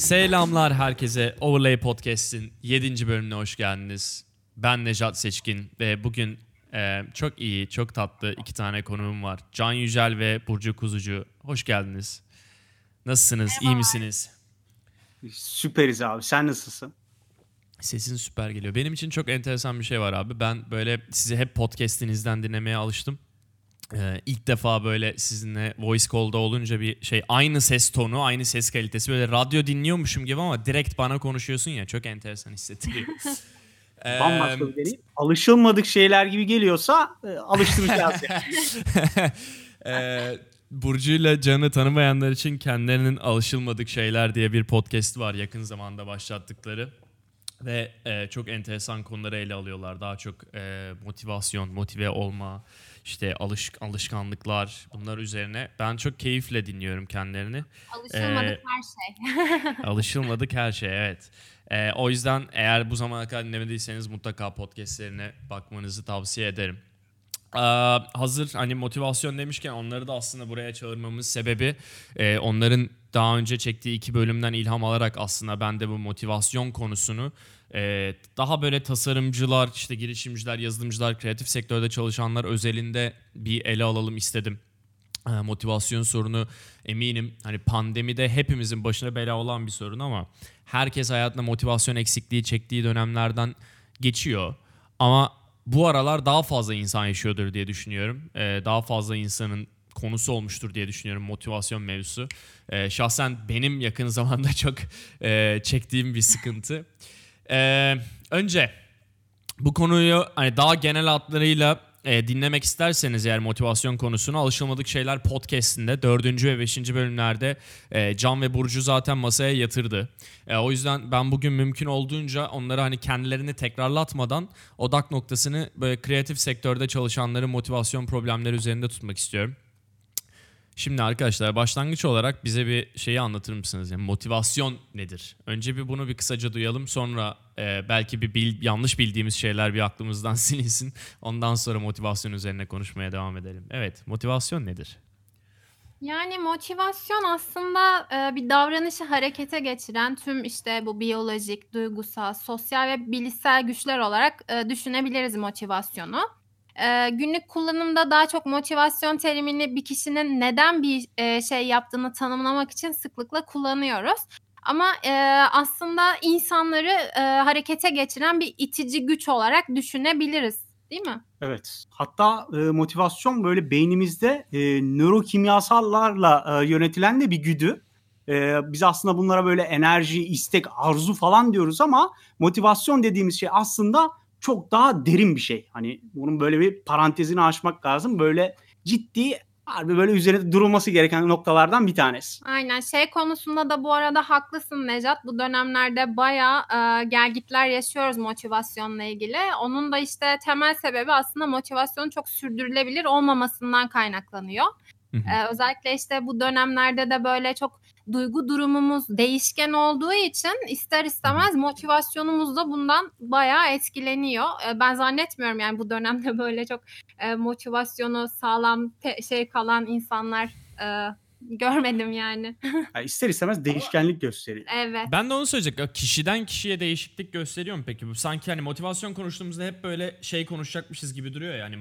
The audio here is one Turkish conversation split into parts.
Selamlar herkese. Overlay Podcast'in 7. bölümüne hoş geldiniz. Ben Nejat Seçkin ve bugün çok iyi, çok tatlı iki tane konuğum var. Can Yücel ve Burcu Kuzucu. Hoş geldiniz. Nasılsınız? İyi misiniz? Süperiz abi. Sen nasılsın? Sesin süper geliyor. Benim için çok enteresan bir şey var abi. Ben böyle sizi hep podcast'inizden dinlemeye alıştım. İlk defa böyle sizinle voice call'da olunca bir şey, aynı ses tonu, aynı ses kalitesi, böyle radyo dinliyormuşum gibi ama direkt bana konuşuyorsun ya, çok enteresan hissettiriyor. Bambaşka bir deneyim. Alışılmadık şeyler gibi geliyorsa alıştıracağız yani. Burcu ile Can'ı tanımayanlar için kendilerinin Alışılmadık Şeyler diye bir podcast var yakın zamanda başlattıkları. Ve çok enteresan konuları ele alıyorlar. Daha çok motivasyon, motive olma, işte alışkanlıklar, bunlar üzerine. Ben çok keyifle dinliyorum kendilerini. Alışılmadık her şey. Alışılmadık her şey, evet. O yüzden eğer bu zamana kadar dinlemediyseniz mutlaka podcastlerine bakmanızı tavsiye ederim. Hazır hani motivasyon demişken onları da aslında buraya çağırmamız sebebi onların daha önce çektiği 2 bölümden ilham alarak aslında ben de bu motivasyon konusunu daha böyle tasarımcılar, işte girişimciler, yazılımcılar, kreatif sektörde çalışanlar özelinde bir ele alalım istedim. Motivasyon sorunu eminim hani pandemide hepimizin başına bela olan bir sorun ama herkes hayatında motivasyon eksikliği çektiği dönemlerden geçiyor. Ama bu aralar daha fazla insan yaşıyordur diye düşünüyorum. Daha fazla insanın konusu olmuştur diye düşünüyorum motivasyon mevzusu. Şahsen benim yakın zamanda çok çektiğim bir sıkıntı. Önce bu konuyu hani daha genel hatlarıyla dinlemek isterseniz eğer motivasyon konusunu Alışılmadık Şeyler podcast'inde 4. ve 5. bölümlerde Can ve Burcu zaten masaya yatırdı. O yüzden ben bugün mümkün olduğunca onları hani kendilerini tekrarlatmadan odak noktasını böyle kreatif sektörde çalışanların motivasyon problemleri üzerinde tutmak istiyorum. Şimdi arkadaşlar başlangıç olarak bize bir şeyi anlatır mısınız? Yani motivasyon nedir? Önce bir bunu bir kısaca duyalım, sonra belki bir yanlış bildiğimiz şeyler bir aklımızdan silinsin. Ondan sonra motivasyon üzerine konuşmaya devam edelim. Evet, motivasyon nedir? Yani motivasyon aslında bir davranışı harekete geçiren tüm işte bu biyolojik, duygusal, sosyal ve bilişsel güçler olarak düşünebiliriz motivasyonu. Günlük kullanımda daha çok motivasyon terimini bir kişinin neden bir şey yaptığını tanımlamak için sıklıkla kullanıyoruz. Ama aslında insanları harekete geçiren bir itici güç olarak düşünebiliriz, değil mi? Evet. Hatta motivasyon böyle beynimizde nörokimyasallarla yönetilen de bir güdü. Biz aslında bunlara böyle enerji, istek, arzu falan diyoruz ama motivasyon dediğimiz şey aslında çok daha derin bir şey. Hani bunun böyle bir parantezini açmak lazım. Böyle ciddi, harbi böyle üzerinde durulması gereken noktalardan bir tanesi. Aynen, şey konusunda da bu arada haklısın Nejat. Bu dönemlerde bayağı gelgitler yaşıyoruz motivasyonla ilgili. Onun da işte temel sebebi aslında motivasyonun çok sürdürülebilir olmamasından kaynaklanıyor. Özellikle işte bu dönemlerde de böyle çok duygu durumumuz değişken olduğu için ister istemez motivasyonumuz da bundan bayağı etkileniyor. Ben zannetmiyorum yani bu dönemde böyle çok motivasyonu sağlam kalan insanlar görmedim yani. Yani ister istemez değişkenlik gösteriyor. Evet. Ben de onu söyleyecektim. Kişiden kişiye değişiklik gösteriyor mu peki? Bu sanki hani motivasyon konuştuğumuzda hep böyle şey konuşacakmışız gibi duruyor yani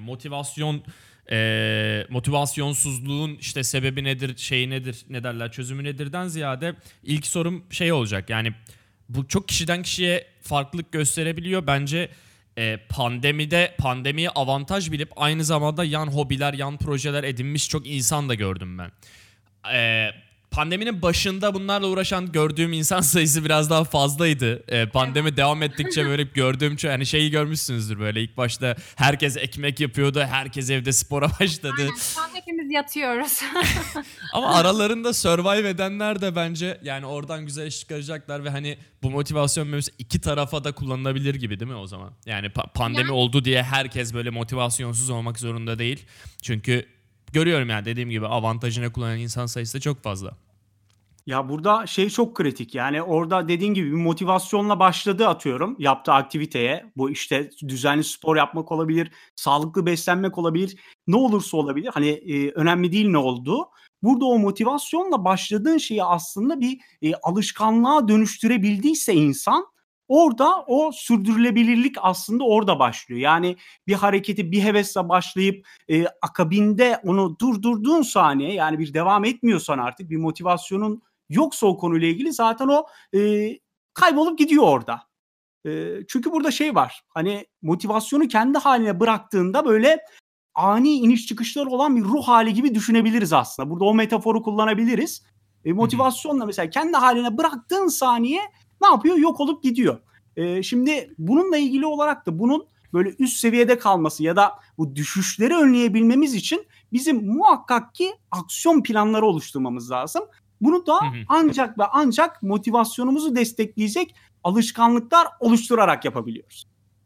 motivasyonsuzluğun işte sebebi nedir, şey nedir, ne derler, çözümü nedirden ziyade ilk sorum şey olacak. Yani bu çok kişiden kişiye farklılık gösterebiliyor. Bence pandemiyi avantaj bilip aynı zamanda yan hobiler, yan projeler edinmiş çok insan da gördüm ben. Pandeminin başında bunlarla uğraşan gördüğüm insan sayısı biraz daha fazlaydı. Pandemi devam ettikçe böyle gördüğüm hani şeyi görmüşsünüzdür, böyle ilk başta herkes ekmek yapıyordu, herkes evde spora başladı. Aynen, şu an hepimiz yatıyoruz. Ama aralarında survive edenler de bence yani oradan güzel iş çıkaracaklar ve hani bu motivasyon mevzusu iki tarafa da kullanılabilir gibi, değil mi o zaman? Yani pandemi oldu diye herkes böyle motivasyonsuz olmak zorunda değil. Çünkü görüyorum yani dediğim gibi avantajına kullanan insan sayısı da çok fazla. Ya burada şey çok kritik, yani orada dediğin gibi bir motivasyonla başladı atıyorum yaptığı aktiviteye. Bu işte düzenli spor yapmak olabilir, sağlıklı beslenmek olabilir, ne olursa olabilir. Hani önemli değil ne olduğu. burada o motivasyonla başladığın şeyi aslında bir alışkanlığa dönüştürebildiyse insan, orada o sürdürülebilirlik aslında orada başlıyor. Yani bir hareketi bir hevesle başlayıp akabinde onu durdurduğun saniye, yani bir devam etmiyorsan artık, bir motivasyonun yoksa o konuyla ilgili, zaten o kaybolup gidiyor orada. Çünkü burada şey var, hani motivasyonu kendi haline bıraktığında böyle ani iniş çıkışları olan bir ruh hali gibi düşünebiliriz aslında. Burada o metaforu kullanabiliriz. Motivasyonla mesela kendi haline bıraktığın saniye ne yapıyor? Yok olup gidiyor. Şimdi bununla ilgili olarak da bunun böyle üst seviyede kalması ya da bu düşüşleri önleyebilmemiz için bizim muhakkak ki aksiyon planları oluşturmamız lazım. Bunu da ancak ve ancak motivasyonumuzu destekleyecek alışkanlıklar oluşturarak yapabiliyoruz.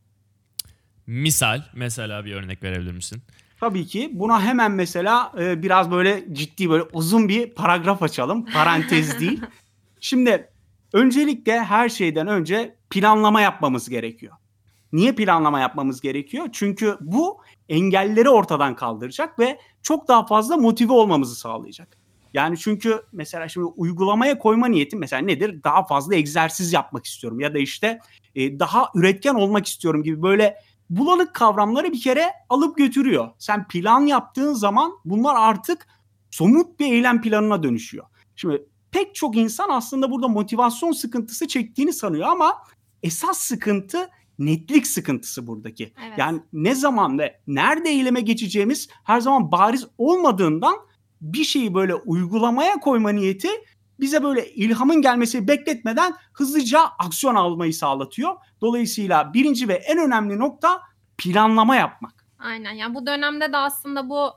Mesela bir örnek verebilir misin? Tabii ki. Buna hemen mesela biraz böyle ciddi, böyle uzun bir paragraf açalım. Parantez değil. Şimdi öncelikle her şeyden önce planlama yapmamız gerekiyor. Niye planlama yapmamız gerekiyor? Çünkü bu engelleri ortadan kaldıracak ve çok daha fazla motive olmamızı sağlayacak. Yani çünkü mesela şimdi uygulamaya koyma niyetim mesela nedir? Daha fazla egzersiz yapmak istiyorum ya da işte daha üretken olmak istiyorum gibi böyle bulanık kavramları bir kere alıp götürüyor. Sen plan yaptığın zaman bunlar artık somut bir eylem planına dönüşüyor. Şimdi pek çok insan aslında burada motivasyon sıkıntısı çektiğini sanıyor ama esas sıkıntı netlik sıkıntısı buradaki. Evet. Yani ne zaman ve nerede eyleme geçeceğimiz her zaman bariz olmadığından bir şeyi böyle uygulamaya koyma niyeti bize böyle ilhamın gelmesini bekletmeden hızlıca aksiyon almayı sağlatıyor. Dolayısıyla birinci ve en önemli nokta planlama yapmak. Aynen, yani bu dönemde de aslında bu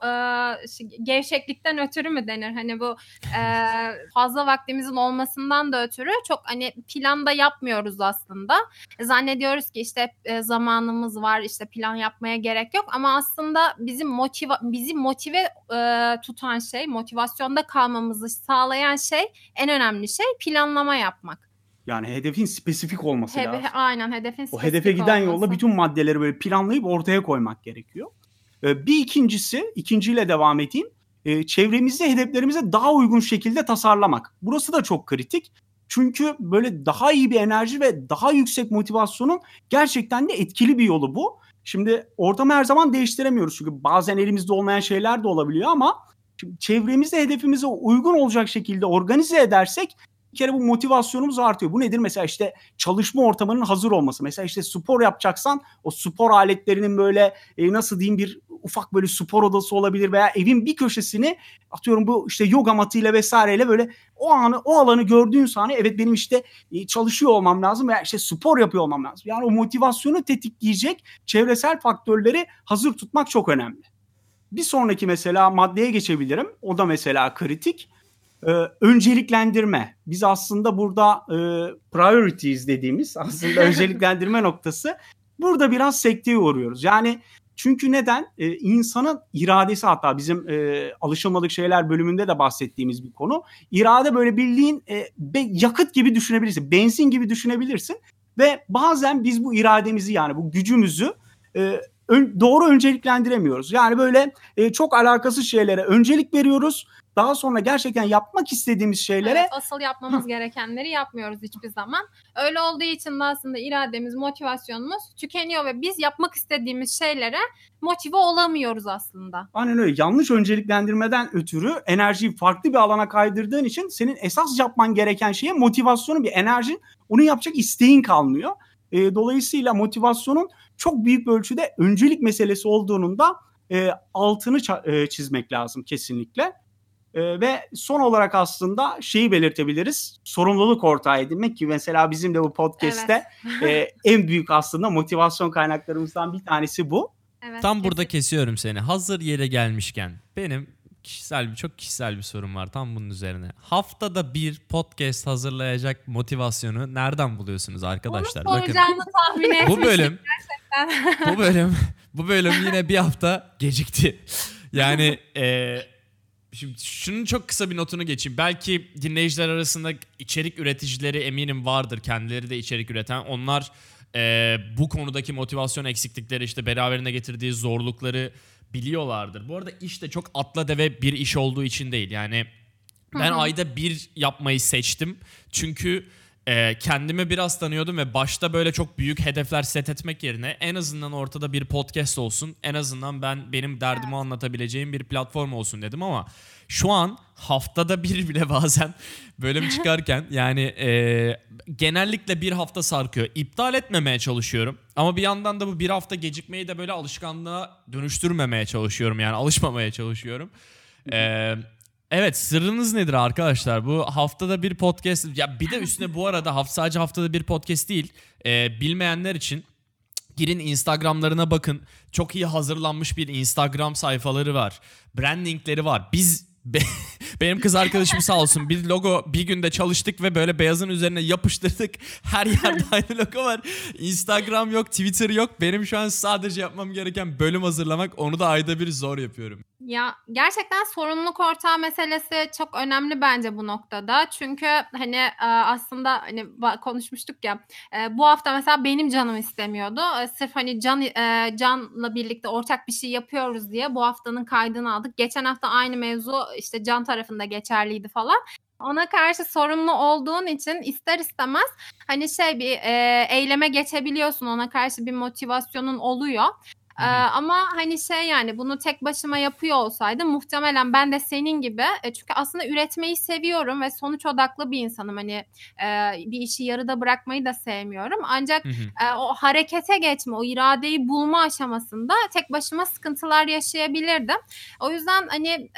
gevşeklikten ötürü mü denir? Hani bu fazla vaktimizin olmasından da ötürü çok hani planda yapmıyoruz aslında. Zannediyoruz ki işte zamanımız var, işte plan yapmaya gerek yok ama aslında bizi motive tutan şey, motivasyonda kalmamızı sağlayan şey, en önemli şey planlama yapmak. Yani hedefin spesifik olması lazım. Aynen, hedefin spesifik olması. O hedefe giden olması. yolda bütün maddeleri böyle planlayıp ortaya koymak gerekiyor. Bir ikinciyle devam edeyim. Çevremizde hedeflerimize daha uygun şekilde tasarlamak. Burası da çok kritik. Çünkü böyle daha iyi bir enerji ve daha yüksek motivasyonun gerçekten de etkili bir yolu bu. Şimdi ortamı her zaman değiştiremiyoruz. Çünkü bazen elimizde olmayan şeyler de olabiliyor ama çevremizde hedefimize uygun olacak şekilde organize edersek bir kere bu motivasyonumuz artıyor. Bu nedir? Mesela işte çalışma ortamının hazır olması. Mesela işte spor yapacaksan o spor aletlerinin böyle nasıl diyeyim, bir ufak böyle spor odası olabilir veya evin bir köşesini atıyorum bu işte yoga matıyla vesaireyle böyle o alanı gördüğün saniye evet benim işte çalışıyor olmam lazım veya işte spor yapıyor olmam lazım. Yani o motivasyonu tetikleyecek çevresel faktörleri hazır tutmak çok önemli. Bir sonraki mesela maddeye geçebilirim. O da mesela kritik. Önceliklendirme. Biz aslında burada priorities dediğimiz aslında önceliklendirme noktası. Burada biraz sekteye uğruyoruz. Yani çünkü neden? İnsanın iradesi, hatta bizim alışılmadık şeyler bölümünde de bahsettiğimiz bir konu. İrade böyle bildiğin yakıt gibi düşünebilirsin. Benzin gibi düşünebilirsin. Ve bazen biz bu irademizi, yani bu gücümüzü doğru önceliklendiremiyoruz. Yani böyle çok alakasız şeylere öncelik veriyoruz. Daha sonra gerçekten yapmak istediğimiz şeylere... Evet, asıl yapmamız gerekenleri yapmıyoruz hiçbir zaman. Öyle olduğu için de aslında irademiz, motivasyonumuz tükeniyor ve biz yapmak istediğimiz şeylere motive olamıyoruz aslında. Aynen öyle. Yanlış önceliklendirmeden ötürü enerjiyi farklı bir alana kaydırdığın için senin esas yapman gereken şeye motivasyonun, bir enerjin, onu yapacak isteğin kalmıyor. Dolayısıyla motivasyonun çok büyük ölçüde öncelik meselesi olduğunun da altını çizmek lazım kesinlikle. Ve son olarak aslında şeyi belirtebiliriz. Sorumluluk ortağı edinmek ki mesela bizim de bu podcast'te en büyük aslında motivasyon kaynaklarımızdan bir tanesi bu. Evet, tam burada kesiyorum seni. Hazır yere gelmişken benim çok kişisel bir sorum var tam bunun üzerine. Haftada bir podcast hazırlayacak motivasyonu nereden buluyorsunuz arkadaşlar? Onu soracağını tahmin etmiştim gerçekten. Bu bölüm yine bir hafta gecikti. Yani şimdi şunun çok kısa bir notunu geçeyim. Belki dinleyiciler arasında içerik üreticileri eminim vardır. Kendileri de içerik üreten. Onlar bu konudaki motivasyon eksiklikleri, işte beraberine getirdiği zorlukları biliyorlardır. Bu arada iş de çok atla deve bir iş olduğu için değil. Yani ben ayda bir yapmayı seçtim. Çünkü kendimi biraz tanıyordum ve başta böyle çok büyük hedefler set etmek yerine en azından ortada bir podcast olsun. En azından benim derdimi anlatabileceğim bir platform olsun dedim ama şu an haftada bir bile bazen bölüm çıkarken yani genellikle bir hafta sarkıyor. İptal etmemeye çalışıyorum ama bir yandan da bu bir hafta gecikmeyi de böyle alışkanlığa dönüştürmemeye çalışıyorum. Yani alışmamaya çalışıyorum. Evet, sırrınız nedir arkadaşlar? Bu haftada bir podcast, ya bir de üstüne bu arada sadece haftada bir podcast değil. Bilmeyenler için girin Instagram'larına bakın. Çok iyi hazırlanmış bir Instagram sayfaları var. Brandingleri var. Benim kız arkadaşım sağ olsun bir logo bir günde çalıştık ve böyle beyazın üzerine yapıştırdık. Her yerde aynı logo var. Instagram yok, Twitter yok. Benim şu an sadece yapmam gereken bölüm hazırlamak. Onu da ayda bir zor yapıyorum. Ya gerçekten sorumluluk ortağı meselesi çok önemli bence bu noktada. Çünkü hani aslında hani konuşmuştuk ya, bu hafta mesela benim canım istemiyordu. Sırf hani Can'la birlikte ortak bir şey yapıyoruz diye bu haftanın kaydını aldık. Geçen hafta aynı mevzu işte Can tarafında geçerliydi falan. Ona karşı sorumlu olduğun için ister istemez hani bir eyleme geçebiliyorsun. Ona karşı bir motivasyonun oluyor. Ama hani yani bunu tek başıma yapıyor olsaydım muhtemelen ben de senin gibi çünkü aslında üretmeyi seviyorum ve sonuç odaklı bir insanım. Hani bir işi yarıda bırakmayı da sevmiyorum. Ancak o harekete geçme, o iradeyi bulma aşamasında tek başıma sıkıntılar yaşayabilirdim. O yüzden hani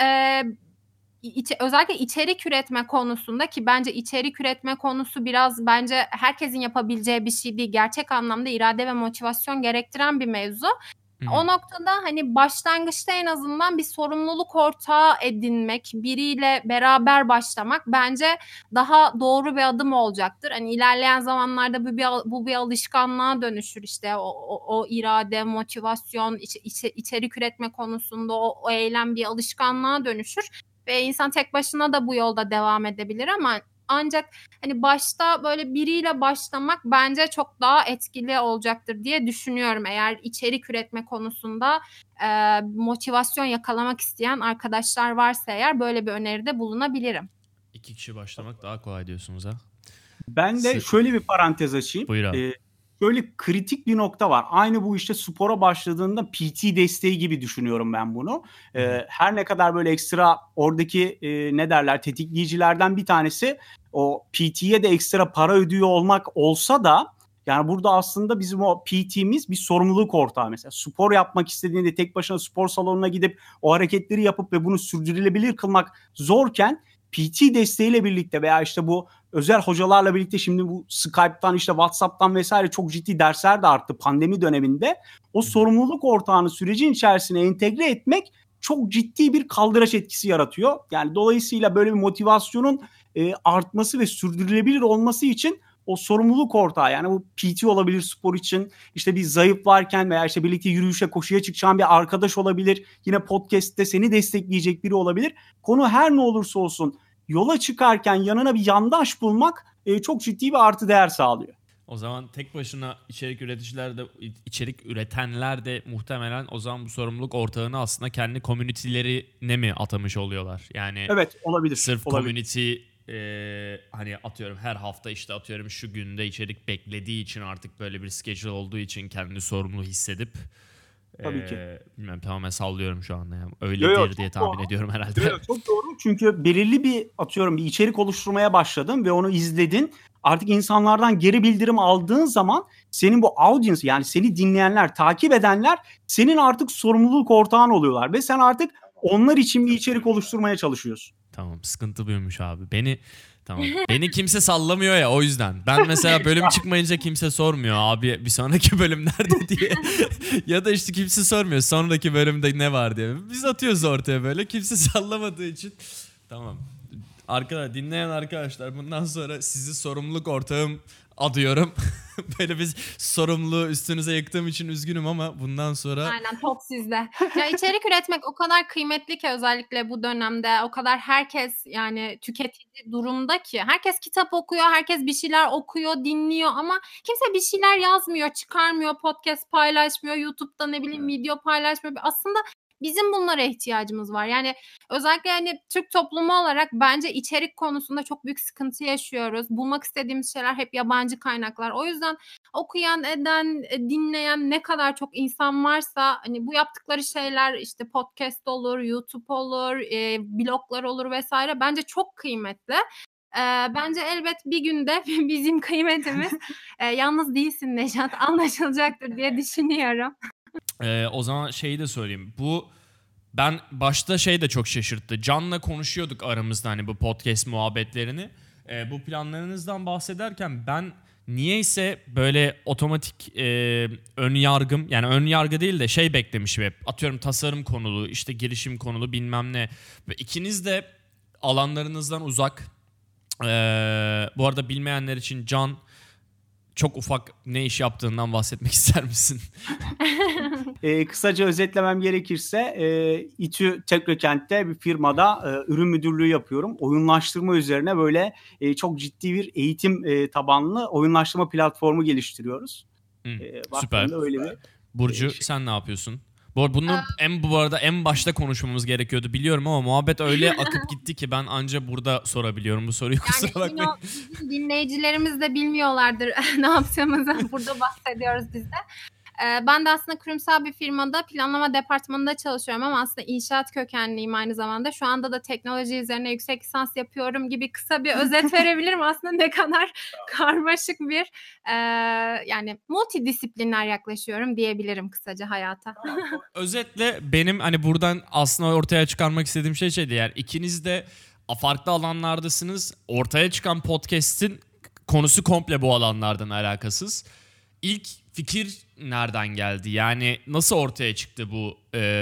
özellikle içerik üretme konusunda, ki bence içerik üretme konusu biraz bence herkesin yapabileceği bir şey değil. Gerçek anlamda irade ve motivasyon gerektiren bir mevzu. O noktada hani başlangıçta en azından bir sorumluluk ortağı edinmek, biriyle beraber başlamak bence daha doğru bir adım olacaktır. Hani ilerleyen zamanlarda bu bir alışkanlığa dönüşür, işte o irade, motivasyon, içerik üretme konusunda o eylem bir alışkanlığa dönüşür ve insan tek başına da bu yolda devam edebilir ama ancak hani başta böyle biriyle başlamak bence çok daha etkili olacaktır diye düşünüyorum. Eğer içerik üretme konusunda motivasyon yakalamak isteyen arkadaşlar varsa eğer böyle bir öneride bulunabilirim. 2 kişi başlamak daha kolay diyorsunuz ha? Ben de şöyle bir parantez açayım. Buyur abi. Şöyle kritik bir nokta var. Aynı bu işte spora başladığında PT desteği gibi düşünüyorum ben bunu. Her ne kadar böyle ekstra oradaki tetikleyicilerden bir tanesi o PT'ye de ekstra para ödüyor olmak olsa da yani burada aslında bizim o PT'miz bir sorumluluk ortağı. Mesela spor yapmak istediğinde tek başına spor salonuna gidip o hareketleri yapıp ve bunu sürdürülebilir kılmak zorken PT desteğiyle birlikte veya işte bu özel hocalarla birlikte şimdi bu Skype'tan işte WhatsApp'tan vesaire çok ciddi dersler de arttı pandemi döneminde. O sorumluluk ortağını sürecin içerisine entegre etmek çok ciddi bir kaldıraç etkisi yaratıyor. Yani dolayısıyla böyle bir motivasyonun artması ve sürdürülebilir olması için o sorumluluk ortağı, yani bu PT olabilir spor için, işte bir zayıf varken veya işte birlikte yürüyüşe, koşuya çıkacağın bir arkadaş olabilir. Yine podcast'te seni destekleyecek biri olabilir. Konu her ne olursa olsun yola çıkarken yanına bir yandaş bulmak çok ciddi bir artı değer sağlıyor. O zaman tek başına içerik üretenler de muhtemelen o zaman bu sorumluluk ortağını aslında kendi community'lerine mi atamış oluyorlar? Yani evet, olabilir. Sırf community hani atıyorum her hafta işte atıyorum şu günde içerik beklediği için artık böyle bir schedule olduğu için kendini sorumlu hissedip tabii ki. Bilmiyorum, tamamen sallıyorum şu anda. Yani. Öyledir diye tahmin ediyorum herhalde. Çok doğru, çünkü belirli bir içerik oluşturmaya başladın ve onu izledin. Artık insanlardan geri bildirim aldığın zaman senin bu audience, yani seni dinleyenler, takip edenler senin artık sorumluluk ortağın oluyorlar ve sen artık onlar için bir içerik oluşturmaya çalışıyorsun. Tamam, sıkıntı buymuş abi. Beni kimse sallamıyor ya, o yüzden. Ben mesela bölüm çıkmayınca kimse sormuyor abi bir sonraki bölüm nerede diye. Ya da işte kimse sormuyor sonraki bölümde ne var diye. Biz atıyoruz ortaya böyle, kimse sallamadığı için. Tamam. Dinleyen arkadaşlar, bundan sonra sizi sorumluluk ortağım adıyorum. Böyle biz sorumluluğu üstünüze yıktığım için üzgünüm ama bundan sonra... Aynen, top sizde. Ya içerik üretmek o kadar kıymetli ki özellikle bu dönemde, o kadar herkes yani tüketici durumda ki. Herkes kitap okuyor, herkes bir şeyler okuyor, dinliyor ama kimse bir şeyler yazmıyor, çıkarmıyor, podcast paylaşmıyor, YouTube'da video paylaşmıyor. Aslında Bizim bunlara ihtiyacımız var. Yani özellikle hani Türk toplumu olarak bence içerik konusunda çok büyük sıkıntı yaşıyoruz. Bulmak istediğimiz şeyler hep yabancı kaynaklar. O yüzden okuyan, eden, dinleyen ne kadar çok insan varsa hani bu yaptıkları şeyler işte podcast olur, YouTube olur, bloglar olur vesaire bence çok kıymetli. Bence elbet bir günde bizim kıymetimiz yalnız değilsin Nejat anlaşılacaktır diye düşünüyorum. O zaman şeyi de söyleyeyim. Ben başta de çok şaşırttı. Can'la konuşuyorduk aramızda hani bu podcast muhabbetlerini. Bu planlarınızdan bahsederken ben niyeyse böyle otomatik ön yargım, yani ön yargı değil de beklemişim hep. Atıyorum tasarım konulu, işte girişim konulu bilmem ne. Ve ikiniz de alanlarınızdan uzak. Bu arada bilmeyenler için Can çok ufak ne iş yaptığından bahsetmek ister misin? Kısaca özetlemem gerekirse İTÜ Teknokent'te bir firmada ürün müdürlüğü yapıyorum. Oyunlaştırma üzerine böyle çok ciddi bir eğitim tabanlı oyunlaştırma platformu geliştiriyoruz. Süper. Öyle bir Burcu sen ne yapıyorsun? Bu arada en başta konuşmamız gerekiyordu biliyorum ama muhabbet öyle akıp gitti ki ben anca burada sorabiliyorum bu soruyu, kusura bakmayın. Dinleyicilerimiz de bilmiyorlardır ne yaptığımızı burada bahsediyoruz biz de. Ben de aslında kurumsal bir firmada planlama departmanında çalışıyorum ama aslında inşaat kökenliyim aynı zamanda. Şu anda da teknoloji üzerine yüksek lisans yapıyorum gibi kısa bir özet verebilirim. Aslında ne kadar karmaşık bir yani multidisipliner yaklaşıyorum diyebilirim kısaca hayata. Özetle benim hani buradan aslında ortaya çıkarmak istediğim şeydi. Yani ikiniz de farklı alanlardasınız. Ortaya çıkan podcast'in konusu komple bu alanlardan alakasız. İlk fikir nereden geldi? Yani nasıl ortaya çıktı bu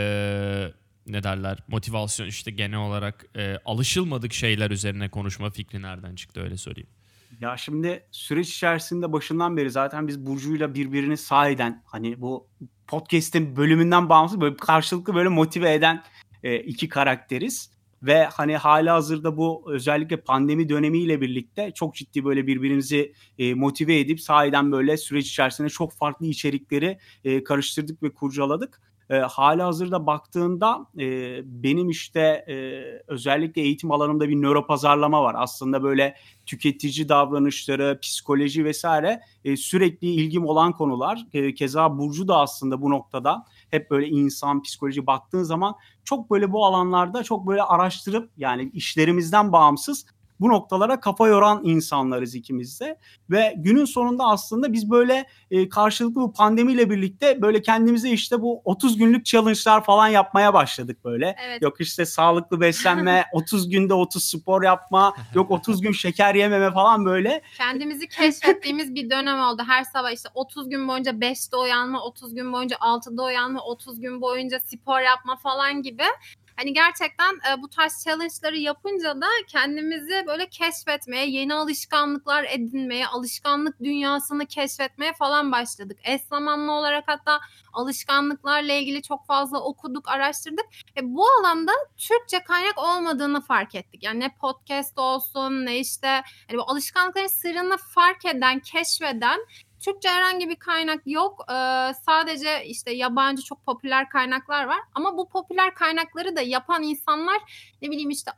ne derler motivasyon, işte genel olarak alışılmadık şeyler üzerine konuşma fikri nereden çıktı, öyle sorayım. Ya şimdi süreç içerisinde başından beri zaten biz Burcu'yla birbirini sahiden hani bu podcast'in bölümünden bağımsız böyle karşılıklı böyle motive eden iki karakteriz. Ve hani halihazırda bu özellikle pandemi dönemiyle birlikte çok ciddi böyle birbirimizi motive edip sahiden böyle süreç içerisinde çok farklı içerikleri karıştırdık ve kurcaladık. Halihazırda baktığında benim işte özellikle eğitim alanımda bir nöropazarlama var. Aslında böyle tüketici davranışları, psikoloji vesaire sürekli ilgim olan konular. Keza Burcu da aslında bu noktada hep böyle insan psikoloji baktığın zaman çok böyle bu alanlarda çok böyle araştırıp yani işlerimizden bağımsız bu noktalara kafa yoran insanlarız ikimiz de. Ve günün sonunda aslında biz böyle karşılıklı bu pandemiyle birlikte böyle kendimize işte bu 30 günlük challenge'lar falan yapmaya başladık böyle. Evet. Yok işte sağlıklı beslenme, 30 günde 30 spor yapma, yok 30 gün şeker yememe falan böyle. Kendimizi keşfettiğimiz bir dönem oldu. Her sabah işte 30 gün boyunca 5'te uyanma, 30 gün boyunca 6'da uyanma, 30 gün boyunca spor yapma falan gibi. Hani gerçekten bu tarz challenge'ları yapınca da kendimizi böyle keşfetmeye, yeni alışkanlıklar edinmeye, alışkanlık dünyasını keşfetmeye falan başladık. Eş zamanlı olarak hatta alışkanlıklarla ilgili çok fazla okuduk, araştırdık. Bu alanda Türkçe kaynak olmadığını fark ettik. Yani ne podcast olsun ne işte hani bu alışkanlıkların sırrını fark eden, keşfeden Türkçe herhangi bir kaynak yok. Sadece işte yabancı çok popüler kaynaklar var. Ama bu popüler kaynakları da yapan insanlar ne bileyim işte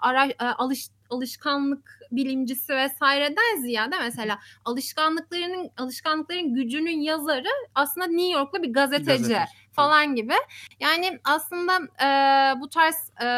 alışkanlık bilimcisi vesaireden ziyade mesela alışkanlıkların gücünün yazarı aslında New Yorklu bir gazeteci falan gibi. Yani aslında bu tarz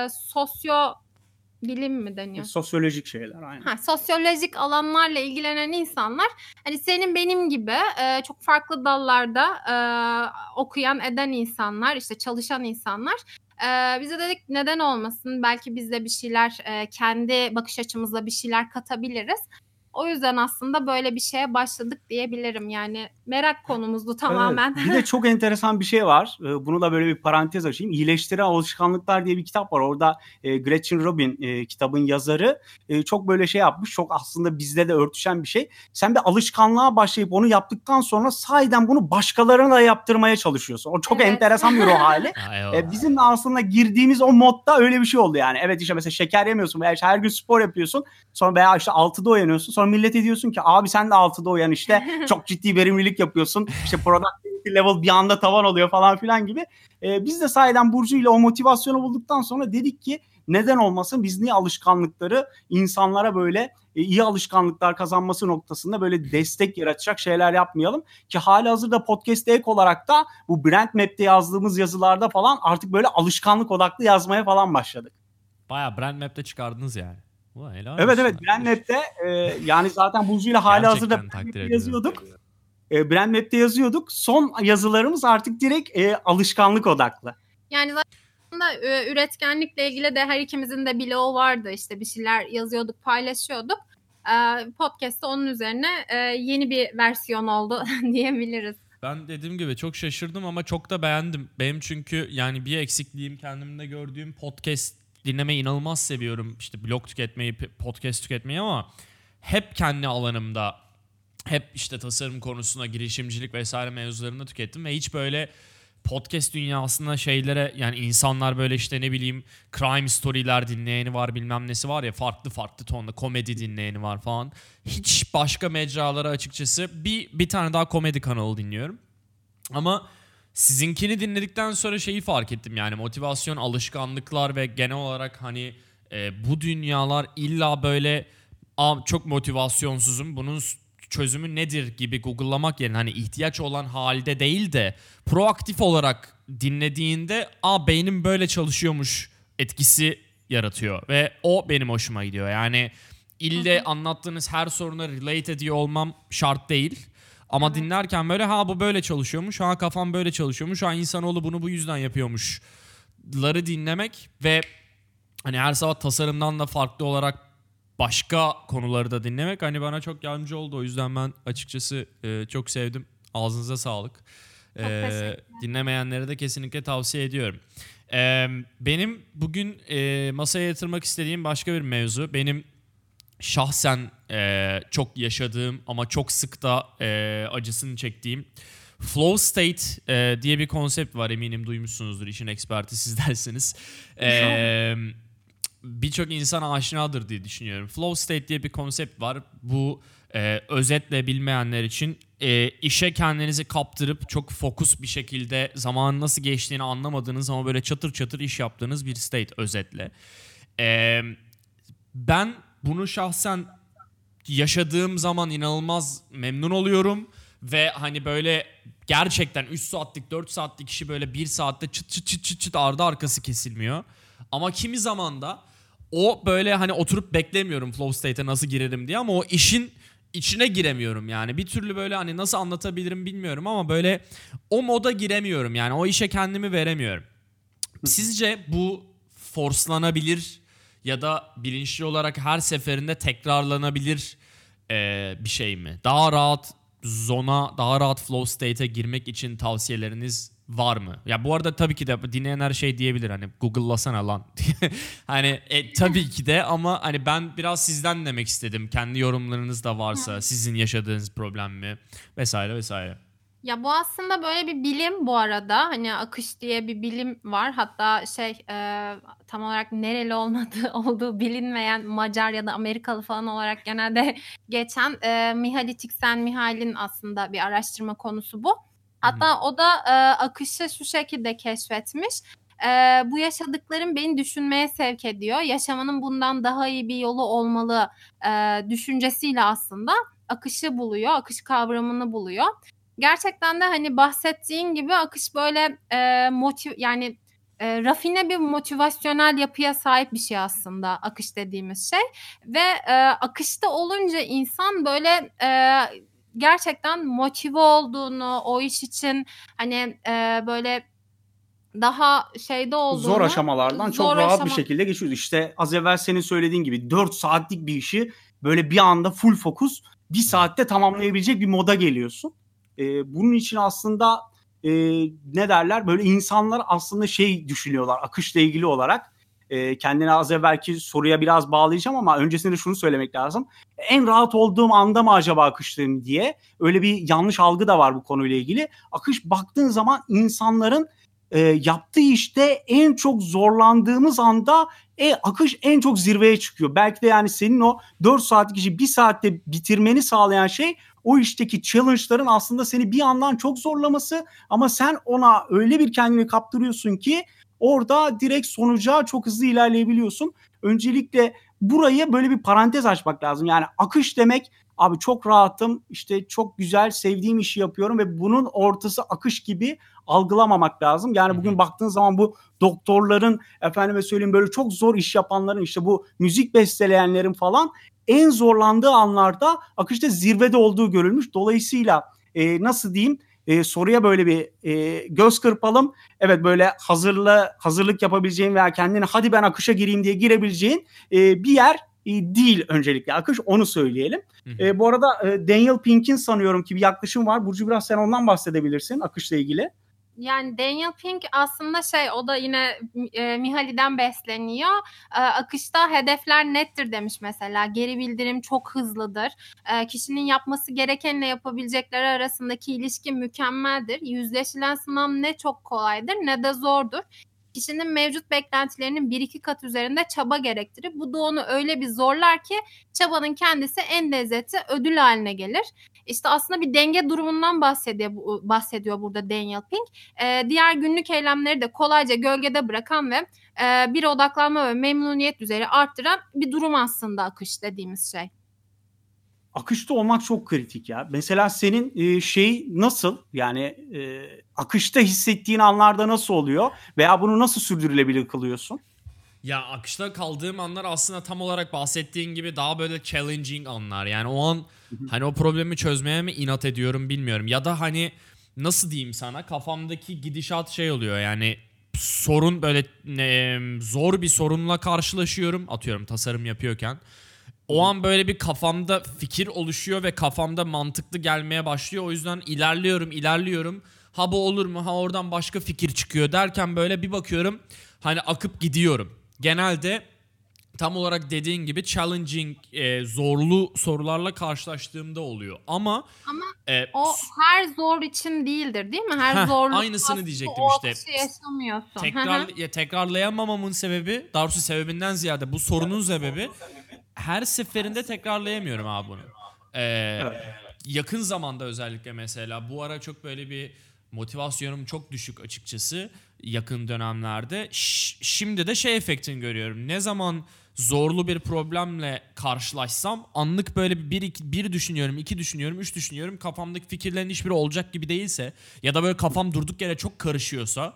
bilim mi deniyor? Sosyolojik şeyler aynen. Sosyolojik alanlarla ilgilenen insanlar hani senin benim gibi çok farklı dallarda okuyan eden insanlar, işte çalışan insanlar. Bize dedik neden olmasın, belki biz de bir şeyler kendi bakış açımızla bir şeyler katabiliriz. O yüzden aslında böyle bir şeye başladık diyebilirim. Yani merak konumuzdu tamamen. Evet, bir de çok enteresan bir şey var. Bunu da böyle bir parantez açayım. İyileştiren Alışkanlıklar diye bir kitap var. Orada Gretchen Rubin kitabın yazarı çok böyle şey yapmış. Çok aslında bizde de örtüşen bir şey. Sen bir alışkanlığa başlayıp onu yaptıktan sonra sahiden bunu başkalarına da yaptırmaya çalışıyorsun. O çok enteresan bir ruh hali. Bizim de aslında girdiğimiz o modda öyle bir şey oldu yani. Evet işte mesela şeker yemiyorsun veya işte her gün spor yapıyorsun. Sonra veya işte 6'da uyanıyorsun. Sonra millete diyorsun ki abi sen de 6'da uyan işte çok ciddi verimlilik yapıyorsun. İşte productivity safety level bir anda tavan oluyor falan filan gibi. Biz de sahiden Burcu ile o motivasyonu bulduktan sonra dedik ki neden olmasın, biz niye alışkanlıkları insanlara böyle iyi alışkanlıklar kazanması noktasında böyle destek yaratacak şeyler yapmayalım ki halihazırda podcast'te ek olarak da bu Brand Map'te yazdığımız yazılarda falan artık böyle alışkanlık odaklı yazmaya falan başladık. Bayağı Brand Map'te çıkardınız yani. Evet Brand Map'te yani zaten Burcu'yla halihazırda Brand Map'te yazıyorduk. Brand Map'te yazıyorduk. Son yazılarımız artık direkt alışkanlık odaklı. Yani zaten üretkenlikle ilgili de her ikimizin de blogu vardı. İşte bir şeyler yazıyorduk, paylaşıyorduk. Podcast'ta onun üzerine yeni bir versiyon oldu diyebiliriz. Ben dediğim gibi çok şaşırdım ama çok da beğendim. Benim çünkü yani bir eksikliğim kendimde gördüğüm podcast dinlemeyi inanılmaz seviyorum. İşte blog tüketmeyi, podcast tüketmeyi ama hep kendi alanımda, hep işte tasarım konusuna, girişimcilik vesaire mevzularında tükettim ve hiç böyle podcast dünyasında şeylere, yani insanlar böyle işte ne bileyim crime story'ler dinleyeni var, bilmem nesi var ya, farklı tonda komedi dinleyeni var falan. Hiç başka mecralara açıkçası bir tane daha komedi kanalı dinliyorum. Ama sizinkini dinledikten sonra şeyi fark ettim, yani motivasyon, alışkanlıklar ve genel olarak hani bu dünyalar illa böyle çok motivasyonsuzum, bunun çözümü nedir gibi Google'lamak yerine hani ihtiyaç olan halde değil de proaktif olarak dinlediğinde beynim böyle çalışıyormuş etkisi yaratıyor ve o benim hoşuma gidiyor. Yani ille anlattığınız her soruna relate ediyor olmam şart değil. Ama dinlerken böyle bu böyle çalışıyormuş, kafam böyle çalışıyormuş, insanoğlu bunu bu yüzden yapıyormuşları dinlemek ve hani her sabah tasarımdan da farklı olarak başka konuları da dinlemek hani bana çok yardımcı oldu. O yüzden ben açıkçası çok sevdim. Ağzınıza sağlık. Dinlemeyenlere de kesinlikle tavsiye ediyorum. Benim bugün masaya yatırmak istediğim başka bir mevzu. Benim şahsen çok yaşadığım ama çok sık da acısını çektiğim flow state diye bir konsept var. Eminim duymuşsunuzdur, işin eksperti siz dersiniz. Birçok insan aşinadır diye düşünüyorum. Flow state diye bir konsept var. Bu özetle bilmeyenler için işe kendinizi kaptırıp çok fokus bir şekilde zamanın nasıl geçtiğini anlamadığınız ama böyle çatır çatır iş yaptığınız bir state özetle. Ben bunu şahsen yaşadığım zaman inanılmaz memnun oluyorum ve hani böyle gerçekten 3 saatlik 4 saatlik işi böyle 1 saatte çıt ardı arkası kesilmiyor. Ama kimi zaman da o böyle hani oturup beklemiyorum flow state'e nasıl girerim diye ama o işin içine giremiyorum yani. Bir türlü böyle hani nasıl anlatabilirim bilmiyorum ama böyle o moda giremiyorum yani, o işe kendimi veremiyorum. Sizce bu forslanabilir ya da bilinçli olarak her seferinde tekrarlanabilir bir şey mi? Daha rahat zona, daha rahat flow state'e girmek için tavsiyeleriniz var mı? Ya bu arada tabii ki de dinleyenler şey diyebilir, hani Google'lasana lan. Hani tabii ki de ama hani ben biraz sizden demek istedim. Kendi yorumlarınız da varsa, sizin yaşadığınız problem mi vesaire vesaire. Ya bu aslında böyle bir bilim bu arada. Hani akış diye bir bilim var. Hatta tam olarak nereli olduğu bilinmeyen Macar ya da Amerikalı falan olarak genelde geçen Mihaly Csikszentmihalyi'nin aslında bir araştırma konusu bu. Hatta o da akışı şu şekilde keşfetmiş. Bu yaşadıklarım beni düşünmeye sevk ediyor. Yaşamanın bundan daha iyi bir yolu olmalı düşüncesiyle aslında akışı buluyor. Akış kavramını buluyor. Gerçekten de hani bahsettiğin gibi akış böyle rafine bir motivasyonel yapıya sahip bir şey aslında akış dediğimiz şey. Ve akışta olunca insan böyle gerçekten motive olduğunu, o iş için hani böyle daha şeyde olduğunu, zor aşamalardan çok rahat bir şekilde geçiyoruz. İşte az evvel senin söylediğin gibi 4 saatlik bir işi böyle bir anda full fokus 1 saatte tamamlayabilecek bir moda geliyorsun. Bunun için aslında ne derler, böyle insanlar aslında şey düşünüyorlar akışla ilgili olarak. Kendine az evvelki soruya biraz bağlayacağım ama öncesinde şunu söylemek lazım. En rahat olduğum anda mı acaba akıştayım diye öyle bir yanlış algı da var bu konuyla ilgili. Akış baktığın zaman insanların yaptığı işte en çok zorlandığımız anda akış en çok zirveye çıkıyor. Belki de yani senin o 4 saatlik işi 1 saatte bitirmeni sağlayan şey o işteki challenge'ların aslında seni bir yandan çok zorlaması ama sen ona öyle bir kendini kaptırıyorsun ki orada direkt sonuca çok hızlı ilerleyebiliyorsun. Öncelikle burayı böyle bir parantez açmak lazım. Yani akış demek abi çok rahatım, işte çok güzel, sevdiğim işi yapıyorum ve bunun ortası akış gibi algılamamak lazım. Yani bugün baktığın zaman bu doktorların, efendime söyleyeyim böyle çok zor iş yapanların, işte bu müzik besteleyenlerin falan en zorlandığı anlarda akışta zirvede olduğu görülmüş. Dolayısıyla nasıl diyeyim, soruya böyle bir göz kırpalım. Evet, böyle hazırlık yapabileceğin veya kendini hadi ben akışa gireyim diye girebileceğin bir yer değil öncelikle akış, onu söyleyelim. Bu arada Daniel Pink'in sanıyorum ki bir yaklaşım var. Burcu, biraz sen ondan bahsedebilirsin akışla ilgili. Yani Daniel Pink aslında o da yine Mihali'den besleniyor. Akışta hedefler nettir demiş mesela. Geri bildirim çok hızlıdır. Kişinin yapması gerekenle yapabilecekleri arasındaki ilişki mükemmeldir. Yüzleşilen sınav ne çok kolaydır ne de zordur. Kişinin mevcut beklentilerinin 1-2 kat üzerinde çaba gerektirir. Bu da onu öyle bir zorlar ki çabanın kendisi en lezzetli ödül haline gelir. İşte aslında bir denge durumundan bahsediyor burada Daniel Pink. Diğer günlük eylemleri de kolayca gölgede bırakan ve bir odaklanma ve memnuniyet düzeyi arttıran bir durum aslında akış dediğimiz şey. Akışta olmak çok kritik ya. Mesela senin nasıl, yani akışta hissettiğin anlarda nasıl oluyor veya bunu nasıl sürdürülebilir kılıyorsun? Ya akışta kaldığım anlar aslında tam olarak bahsettiğin gibi daha böyle challenging anlar. Yani o an hani o problemi çözmeye mi inat ediyorum bilmiyorum. Ya da hani nasıl diyeyim sana, kafamdaki gidişat oluyor yani, sorun böyle zor bir sorunla karşılaşıyorum, atıyorum tasarım yapıyorken. O an böyle bir kafamda fikir oluşuyor ve kafamda mantıklı gelmeye başlıyor. O yüzden ilerliyorum. Ha bu olur mu? Ha oradan başka fikir çıkıyor derken böyle bir bakıyorum hani akıp gidiyorum. Genelde tam olarak dediğin gibi challenging, zorlu sorularla karşılaştığımda oluyor. Ama o her zor için değildir, değil mi? Her zorluk aynısını diyecektim işte. Yaşamıyorsun. Tekrarlayamamamın sebebi, daha doğrusu sebebinden ziyade bu sorunun sebebi, her seferinde tekrarlayamıyorum abi bunu. Evet. Yakın zamanda özellikle mesela bu ara çok böyle bir motivasyonum çok düşük açıkçası yakın dönemlerde. Şimdi de efektini görüyorum. Ne zaman zorlu bir problemle karşılaşsam anlık böyle bir düşünüyorum, 2 düşünüyorum, 3 düşünüyorum. Kafamdaki fikirlerin hiçbiri olacak gibi değilse ya da böyle kafam durduk yere çok karışıyorsa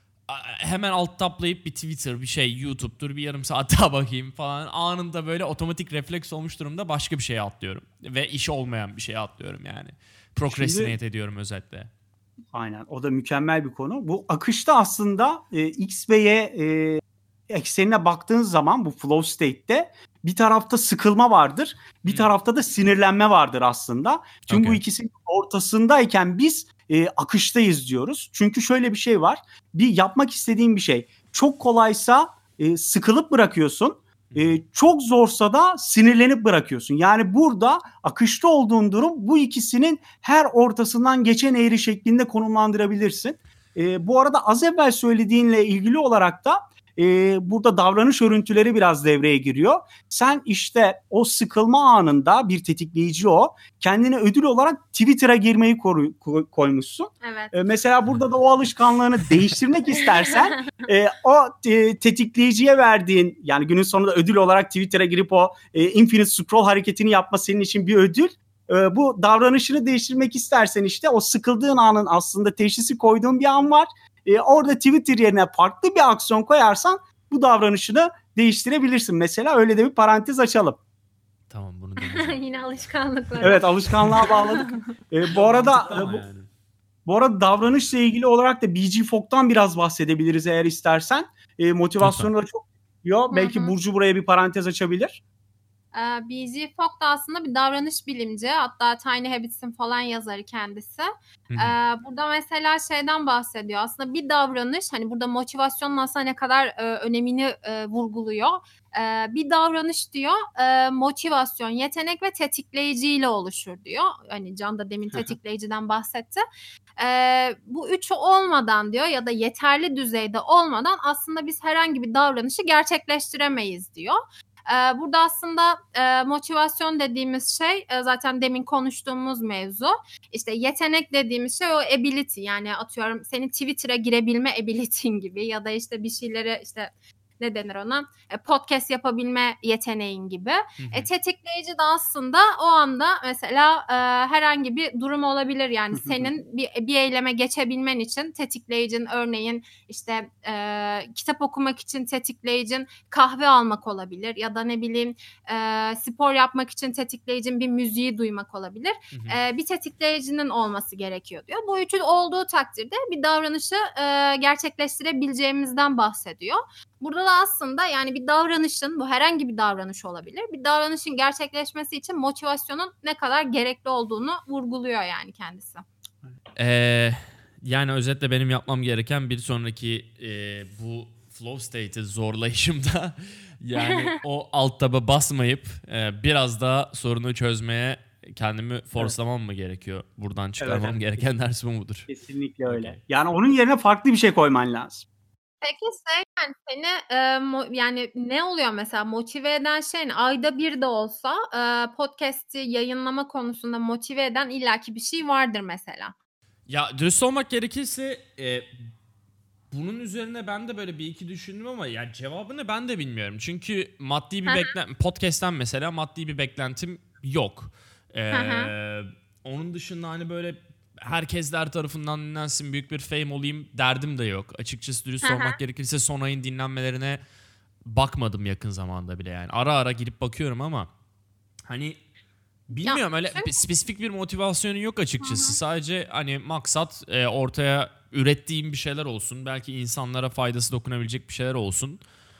hemen alt tablayıp bir Twitter, bir YouTube'dur, bir yarım saat daha bakayım falan. Anında böyle otomatik refleks olmuş durumda başka bir şeye atlıyorum. Ve işi olmayan bir şeye atlıyorum yani. Procrastinate ediyorum özetle. Aynen, o da mükemmel bir konu. Bu akışta aslında X ve Y eksenine baktığın zaman bu flow state'te bir tarafta sıkılma vardır, bir tarafta da sinirlenme vardır aslında. Tüm bu ikisinin ortasındayken biz akıştayız diyoruz. Çünkü şöyle bir şey var. Bir yapmak istediğin bir şey çok kolaysa sıkılıp bırakıyorsun. Çok zorsa da sinirlenip bırakıyorsun. Yani burada akışta olduğun durum bu ikisinin her ortasından geçen eğri şeklinde konumlandırabilirsin. Bu arada az evvel söylediğinle ilgili olarak da burada davranış örüntüleri biraz devreye giriyor. Sen işte o sıkılma anında bir tetikleyici o. Kendine ödül olarak Twitter'a girmeyi koymuşsun. Evet. Mesela burada da o alışkanlığını değiştirmek istersen o tetikleyiciye verdiğin, yani günün sonunda ödül olarak Twitter'a girip o infinite scroll hareketini yapma senin için bir ödül. Bu davranışını değiştirmek istersen işte o sıkıldığın anın aslında teşhisi koyduğun bir an var. Orada Twitter yerine farklı bir aksiyon koyarsan bu davranışını değiştirebilirsin. Mesela öyle de bir parantez açalım. Tamam, bunu deneyeceğim. Yine alışkanlıklar. Evet, alışkanlığa bağladık. Bu arada davranışla ilgili olarak da BG Fogg'tan biraz bahsedebiliriz eğer istersen. Motivasyonu da çok diyor. Belki Burcu buraya bir parantez açabilir. B.G. Fogg da aslında bir davranış bilimci. Hatta Tiny Habits'in falan yazarı kendisi. Burada mesela şeyden bahsediyor. Aslında bir davranış, hani burada motivasyonun aslında ne kadar önemini vurguluyor. Bir davranış diyor motivasyon, yetenek ve tetikleyiciyle oluşur diyor. Hani Can da demin tetikleyiciden bahsetti. Bu üçü olmadan diyor ya da yeterli düzeyde olmadan aslında biz herhangi bir davranışı gerçekleştiremeyiz diyor. Burada aslında motivasyon dediğimiz şey zaten demin konuştuğumuz mevzu. İşte yetenek dediğimiz şey o ability, yani atıyorum senin Twitter'a girebilme ability'in gibi ya da işte bir şeyleri işte ne denir ona, podcast yapabilme yeteneğin gibi. Tetikleyici de aslında o anda mesela herhangi bir durum olabilir, yani senin bir eyleme geçebilmen için tetikleyicin örneğin işte kitap okumak için tetikleyicin kahve almak olabilir ya da ne bileyim spor yapmak için tetikleyicin bir müziği duymak olabilir. Bir tetikleyicinin olması gerekiyor diyor. Bu üçü olduğu takdirde bir davranışı gerçekleştirebileceğimizden bahsediyor. Burada da aslında yani bir davranışın, bu herhangi bir davranış olabilir, bir davranışın gerçekleşmesi için motivasyonun ne kadar gerekli olduğunu vurguluyor yani kendisi. Yani özetle benim yapmam gereken bir sonraki bu flow state'i zorlayışımda yani o alt taba basmayıp biraz daha sorunu çözmeye kendimi forslamam mı gerekiyor? Buradan çıkarmam gereken ders bu mudur? Kesinlikle öyle. Okay. Yani onun yerine farklı bir şey koyman lazım. Peki yani seni yani ne oluyor mesela motive eden şey ne? Ayda bir de olsa podcast'i yayınlama konusunda motive eden illaki bir şey vardır mesela. Ya dürüst olmak gerekirse bunun üzerine ben de böyle bir iki düşündüm ama yani cevabını ben de bilmiyorum. Çünkü maddi bir podcast'ten mesela maddi bir beklentim yok. Onun dışında hani böyle herkesler tarafından dinlensin, büyük bir fame olayım derdim de yok. Açıkçası dürüst olmak gerekirse son ayın dinlenmelerine bakmadım yakın zamanda bile yani. Ara ara girip bakıyorum ama hani bilmiyorum öyle spesifik bir motivasyonun yok açıkçası. Sadece hani maksat ortaya ürettiğim bir şeyler olsun. Belki insanlara faydası dokunabilecek bir şeyler olsun.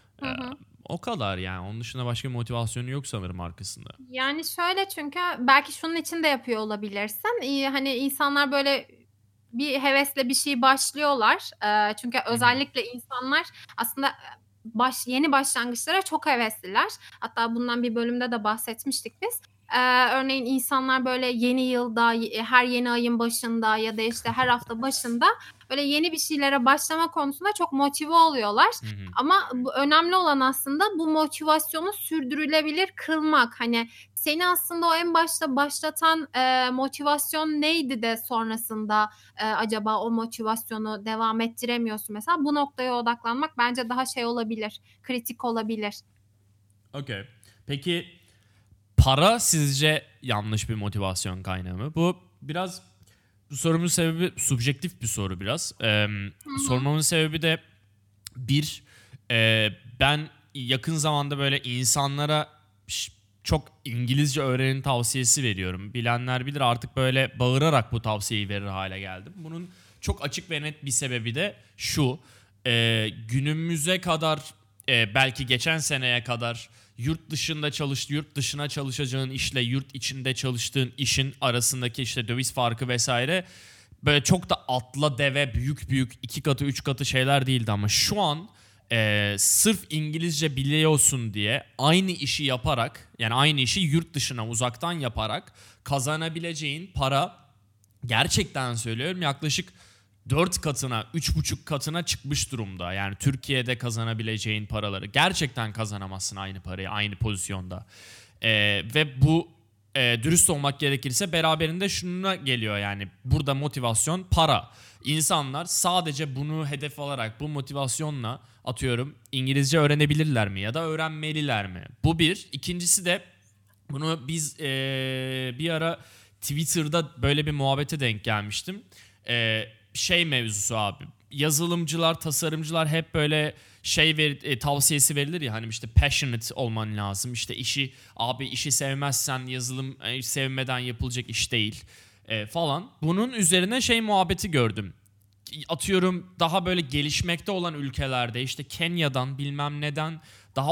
O kadar yani. Onun dışında başka bir motivasyonu yok sanırım arkasında. Yani şöyle, çünkü belki şunun için de yapıyor olabilirsin. Hani insanlar böyle bir hevesle bir şey başlıyorlar. Çünkü özellikle insanlar aslında yeni başlangıçlara çok hevesliler. Hatta bundan bir bölümde de bahsetmiştik biz. Örneğin insanlar böyle yeni yılda, her yeni ayın başında ya da işte her hafta başında böyle yeni bir şeylere başlama konusunda çok motive oluyorlar. Ama önemli olan aslında bu motivasyonu sürdürülebilir kılmak. Hani seni aslında o en başta başlatan motivasyon neydi de sonrasında acaba o motivasyonu devam ettiremiyorsun mesela. Bu noktaya odaklanmak bence daha şey olabilir, kritik olabilir. Okey. Peki para sizce yanlış bir motivasyon kaynağı mı? Bu biraz, bu sorumuzun sebebi subjektif bir soru biraz. Sormamın sebebi de ben yakın zamanda böyle insanlara çok İngilizce öğrenin tavsiyesi veriyorum. Bilenler bilir, artık böyle bağırarak bu tavsiyeyi verir hale geldim. Bunun çok açık ve net bir sebebi de şu. Günümüze kadar belki geçen seneye kadar yurt dışına çalışacağın işle yurt içinde çalıştığın işin arasındaki işte döviz farkı vesaire böyle çok da atla deve büyük 2 katı 3 katı şeyler değildi ama şu an sırf İngilizce biliyorsun diye aynı işi yaparak, yani aynı işi yurt dışına uzaktan yaparak kazanabileceğin para, gerçekten söylüyorum, yaklaşık 4 katına, 3,5 katına çıkmış durumda. Yani Türkiye'de kazanabileceğin paraları gerçekten kazanamazsın aynı parayı, aynı pozisyonda. Ve bu dürüst olmak gerekirse beraberinde şuna geliyor, yani burada motivasyon para. İnsanlar sadece bunu hedef alarak, bu motivasyonla atıyorum İngilizce öğrenebilirler mi ya da öğrenmeliler mi? Bu bir. İkincisi de bunu biz bir ara Twitter'da böyle bir muhabbete denk gelmiştim. Mevzusu abi. Yazılımcılar, tasarımcılar hep böyle tavsiyesi verilir ya, hani işte passionate olman lazım. İşte işi sevmezsen yazılım sevmeden yapılacak iş değil falan. Bunun üzerine muhabbeti gördüm. Atıyorum daha böyle gelişmekte olan ülkelerde, işte Kenya'dan bilmem neden daha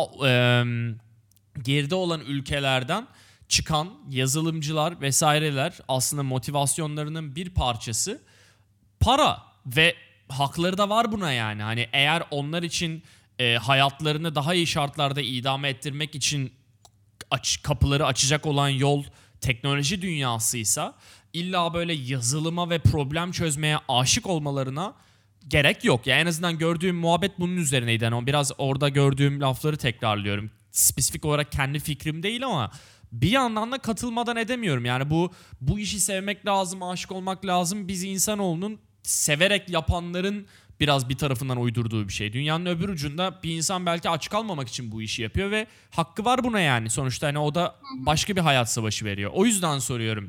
geride olan ülkelerden çıkan yazılımcılar vesaireler aslında motivasyonlarının bir parçası para ve hakları da var buna yani. Hani eğer onlar için hayatlarını daha iyi şartlarda idame ettirmek için kapıları açacak olan yol teknoloji dünyasıysa, illa böyle yazılıma ve problem çözmeye aşık olmalarına gerek yok. Yani en azından gördüğüm muhabbet bunun üzerineydi. Yani biraz orada gördüğüm lafları tekrarlıyorum. spesifik olarak kendi fikrim değil ama bir yandan da katılmadan edemiyorum. Yani bu işi sevmek lazım, aşık olmak lazım. Biz insanoğlunun severek yapanların biraz bir tarafından uydurduğu bir şey. Dünyanın öbür ucunda bir insan belki aç kalmamak için bu işi yapıyor ve hakkı var buna yani. Sonuçta hani o da başka bir hayat savaşı veriyor. O yüzden soruyorum.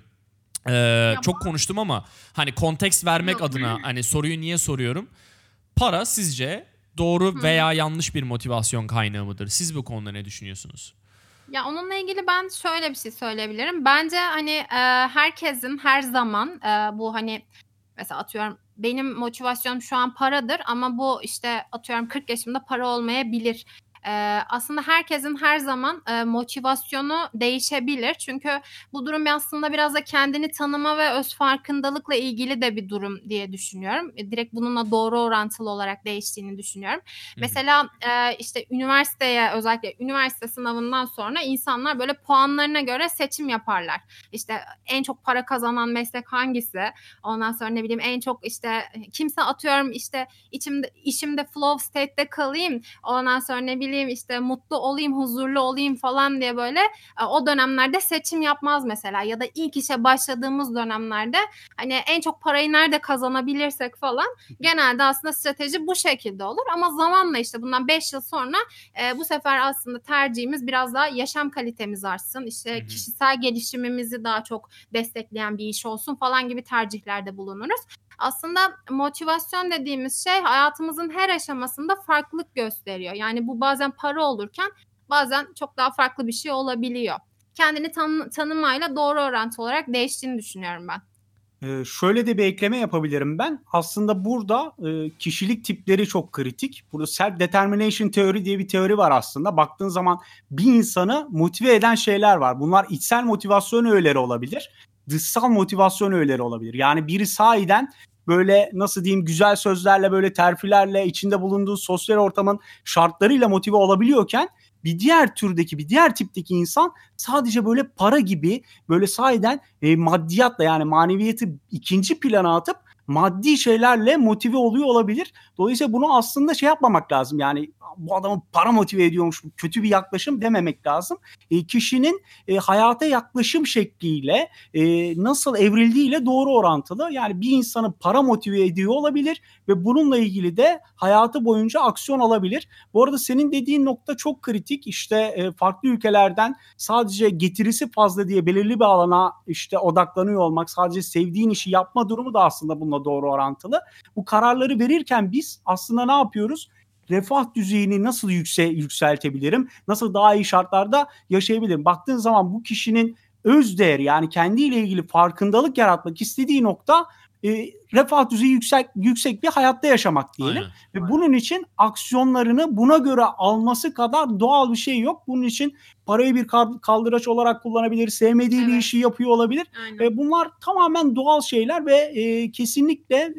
Çok konuştum ama hani konteks vermek adına hani soruyu niye soruyorum? Para sizce doğru veya yanlış bir motivasyon kaynağı mıdır? Siz bu konuda ne düşünüyorsunuz? Ya onunla ilgili ben şöyle bir şey söyleyebilirim. Bence hani herkesin her zaman bu hani mesela atıyorum benim motivasyonum şu an paradır ama bu işte atıyorum 40 yaşımda para olmayabilir. Aslında herkesin her zaman motivasyonu değişebilir. Çünkü bu durum aslında biraz da kendini tanıma ve öz farkındalıkla ilgili de bir durum diye düşünüyorum. Direkt bununla doğru orantılı olarak değiştiğini düşünüyorum. Mesela işte üniversiteye özellikle üniversite sınavından sonra insanlar böyle puanlarına göre seçim yaparlar. İşte en çok para kazanan meslek hangisi? Ondan sonra ne bileyim en çok işte kimse atıyorum işte işimde flow state'te kalayım. Ondan sonra ne bileyim işte mutlu olayım, huzurlu olayım falan diye böyle o dönemlerde seçim yapmaz mesela. Ya da ilk işe başladığımız dönemlerde hani en çok parayı nerede kazanabilirsek falan genelde aslında strateji bu şekilde olur. Ama zamanla işte bundan 5 yıl sonra bu sefer aslında tercihimiz biraz daha yaşam kalitemiz artsın. İşte kişisel gelişimimizi daha çok destekleyen bir iş olsun falan gibi tercihlerde bulunuruz. Aslında motivasyon dediğimiz şey hayatımızın her aşamasında farklılık gösteriyor. Yani bu bazen para olurken bazen çok daha farklı bir şey olabiliyor. Kendini tanımayla doğru orantı olarak değiştiğini düşünüyorum ben. Şöyle de bir ekleme yapabilirim ben. Aslında burada kişilik tipleri çok kritik. Burada self-determination teori diye bir teori var aslında. Baktığın zaman bir insanı motive eden şeyler var. Bunlar içsel motivasyon öğeleri olabilir. Dışsal motivasyon öğeleri olabilir. Yani biri sahiden böyle nasıl diyeyim güzel sözlerle böyle terfilerle içinde bulunduğu sosyal ortamın şartlarıyla motive olabiliyorken bir diğer tipteki insan sadece böyle para gibi böyle sahiden maddiyatla yani maneviyatı ikinci plana atıp maddi şeylerle motive oluyor olabilir. Dolayısıyla bunu aslında şey yapmamak lazım. Yani bu adamı para motive ediyormuş, kötü bir yaklaşım dememek lazım. Kişinin hayata yaklaşım şekliyle nasıl evrildiğiyle doğru orantılı. Yani bir insanı para motive ediyor olabilir ve bununla ilgili de hayatı boyunca aksiyon alabilir. Bu arada senin dediğin nokta çok kritik. İşte farklı ülkelerden sadece getirisi fazla diye belirli bir alana işte odaklanıyor olmak, sadece sevdiğin işi yapma durumu da aslında bununla doğru orantılı. Bu kararları verirken biz aslında ne yapıyoruz? Refah düzeyini nasıl yükseltebilirim? Nasıl daha iyi şartlarda yaşayabilirim? Baktığın zaman bu kişinin öz değeri yani kendiyle ilgili farkındalık yaratmak istediği nokta refah düzeyi yüksek bir hayatta yaşamak diyelim. Aynen. Ve bunun için aksiyonlarını buna göre alması kadar doğal bir şey yok. Bunun için parayı bir kaldıraç olarak kullanabilir, sevmediği bir işi yapıyor olabilir. Bunlar tamamen doğal şeyler ve kesinlikle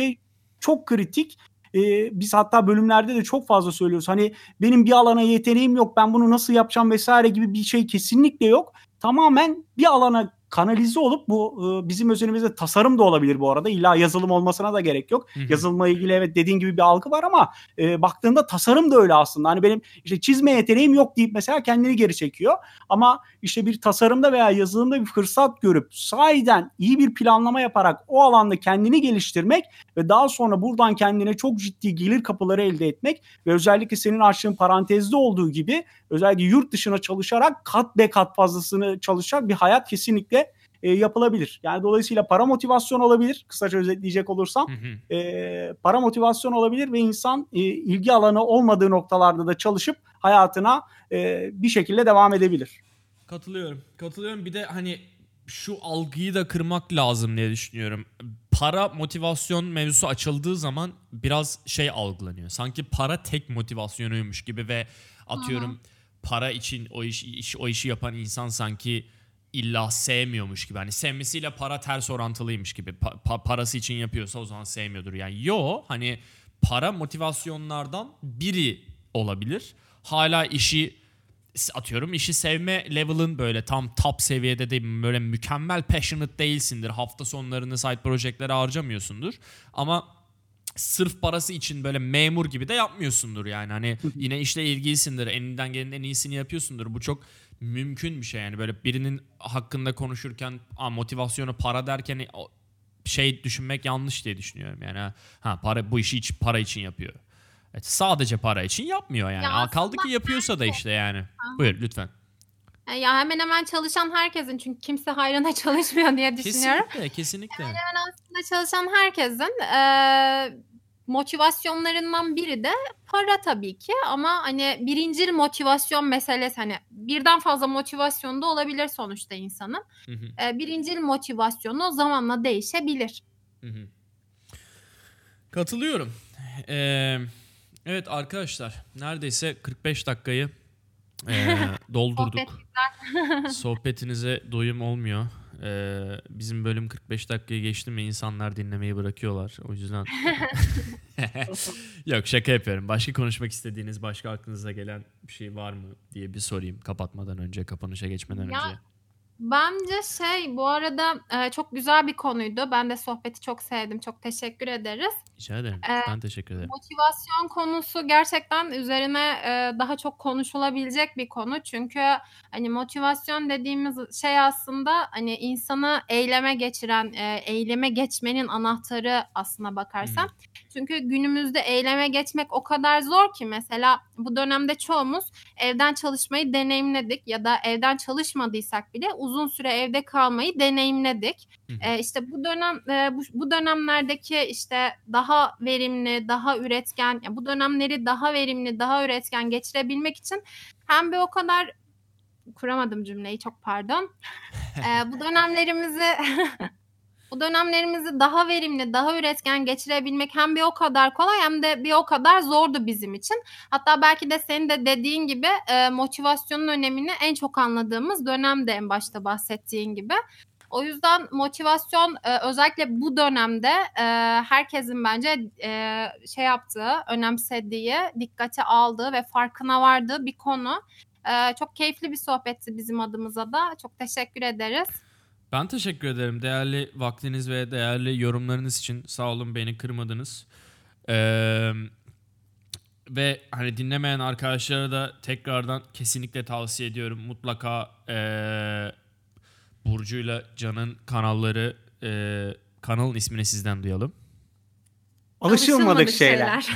çok kritik. Biz hatta bölümlerde de çok fazla söylüyoruz. Hani benim bir alana yeteneğim yok, ben bunu nasıl yapacağım vesaire gibi bir şey kesinlikle yok. Tamamen bir alana kanalize olup bu bizim özelimizde tasarım da olabilir bu arada. İlla yazılım olmasına da gerek yok. Yazılımla ilgili evet dediğin gibi bir algı var ama baktığında tasarım da öyle aslında. Hani benim işte çizme yeteneğim yok deyip mesela kendini geri çekiyor. Ama işte bir tasarımda veya yazılımda bir fırsat görüp sahiden iyi bir planlama yaparak o alanda kendini geliştirmek ve daha sonra buradan kendine çok ciddi gelir kapıları elde etmek ve özellikle senin açtığın parantezde olduğu gibi özellikle yurt dışına çalışarak kat be kat fazlasını çalışacak bir hayat kesinlikle yapılabilir. Yani dolayısıyla para motivasyon olabilir. Kısaca özetleyecek olursam para motivasyon olabilir ve insan ilgi alanı olmadığı noktalarda da çalışıp hayatına bir şekilde devam edebilir. Katılıyorum. Bir de hani şu algıyı da kırmak lazım diye düşünüyorum. Para motivasyon mevzusu açıldığı zaman biraz şey algılanıyor. Sanki para tek motivasyonuymuş gibi ve atıyorum para için o işi yapan insan sanki illa sevmiyormuş gibi. Hani sevmesiyle para ters orantılıymış gibi. Parası için yapıyorsa o zaman sevmiyordur. Yani hani para motivasyonlardan biri olabilir. Hala işi sevme level'ın böyle tam top seviyede değil, böyle mükemmel passionate değilsindir. Hafta sonlarını side project'lere harcamıyorsundur. Ama sırf parası için böyle memur gibi de yapmıyorsundur yani. Hani yine işle ilgilisindir. Elinden gelenin en iyisini yapıyorsundur. Bu çok mümkün bir şey yani. Böyle birinin hakkında konuşurken motivasyonu para derken şey düşünmek yanlış diye düşünüyorum. Yani para bu işi para için yapıyor. Evet, sadece para için yapmıyor yani. Ya Kaldı ki yapıyorsa da işte yani. Buyur lütfen. Ya hemen hemen çalışan herkesin, çünkü kimse hayrına çalışmıyor diye düşünüyorum. Kesinlikle. Hemen hemen aslında çalışan herkesin motivasyonlarından biri de para tabii ki, ama hani birincil motivasyon meselesi, hani birden fazla motivasyonu da olabilir sonuçta insanın. Birincil motivasyonu zamanla değişebilir. Katılıyorum. Evet arkadaşlar, neredeyse 45 dakikayı doldurduk. Sohbetinize doyum olmuyor. Bizim bölüm 45 dakikayı geçti mi insanlar dinlemeyi bırakıyorlar. O yüzden yok, şaka yapıyorum. Başka konuşmak istediğiniz, başka aklınıza gelen bir şey var mı diye bir sorayım kapatmadan önce, kapanışa geçmeden önce. Bence bu arada çok güzel bir konuydu. Ben de sohbeti çok sevdim. Çok teşekkür ederiz. Rica ederim. Ben teşekkür ederim. Motivasyon konusu gerçekten üzerine daha çok konuşulabilecek bir konu. Çünkü hani motivasyon dediğimiz şey aslında hani insanı eyleme geçiren, eyleme geçmenin anahtarı aslına bakarsan. Çünkü günümüzde eyleme geçmek o kadar zor ki, mesela bu dönemde çoğumuz evden çalışmayı deneyimledik ya da evden çalışmadıysak bile uzun süre evde kalmayı deneyimledik. İşte bu dönemlerdeki işte daha verimli, daha üretken, bu dönemleri daha verimli, daha üretken geçirebilmek için hem bir o kadar kuramadım cümleyi, çok pardon. Bu dönemlerimizi daha verimli, daha üretken geçirebilmek hem bir o kadar kolay hem de bir o kadar zordu bizim için. Hatta belki de senin de dediğin gibi motivasyonun önemini en çok anladığımız dönemde, en başta bahsettiğin gibi. O yüzden motivasyon özellikle bu dönemde herkesin bence yaptığı, önemsediği, dikkate aldığı ve farkına vardığı bir konu. Çok keyifli bir sohbetti bizim adımıza da. Çok teşekkür ederiz. Ben teşekkür ederim. Değerli vaktiniz ve değerli yorumlarınız için sağ olun, beni kırmadınız. Ve hani dinlemeyen arkadaşlara da tekrardan kesinlikle tavsiye ediyorum. Mutlaka Burcu'yla Can'ın kanalları, kanalın ismini sizden duyalım. Alışılmadık şeyler.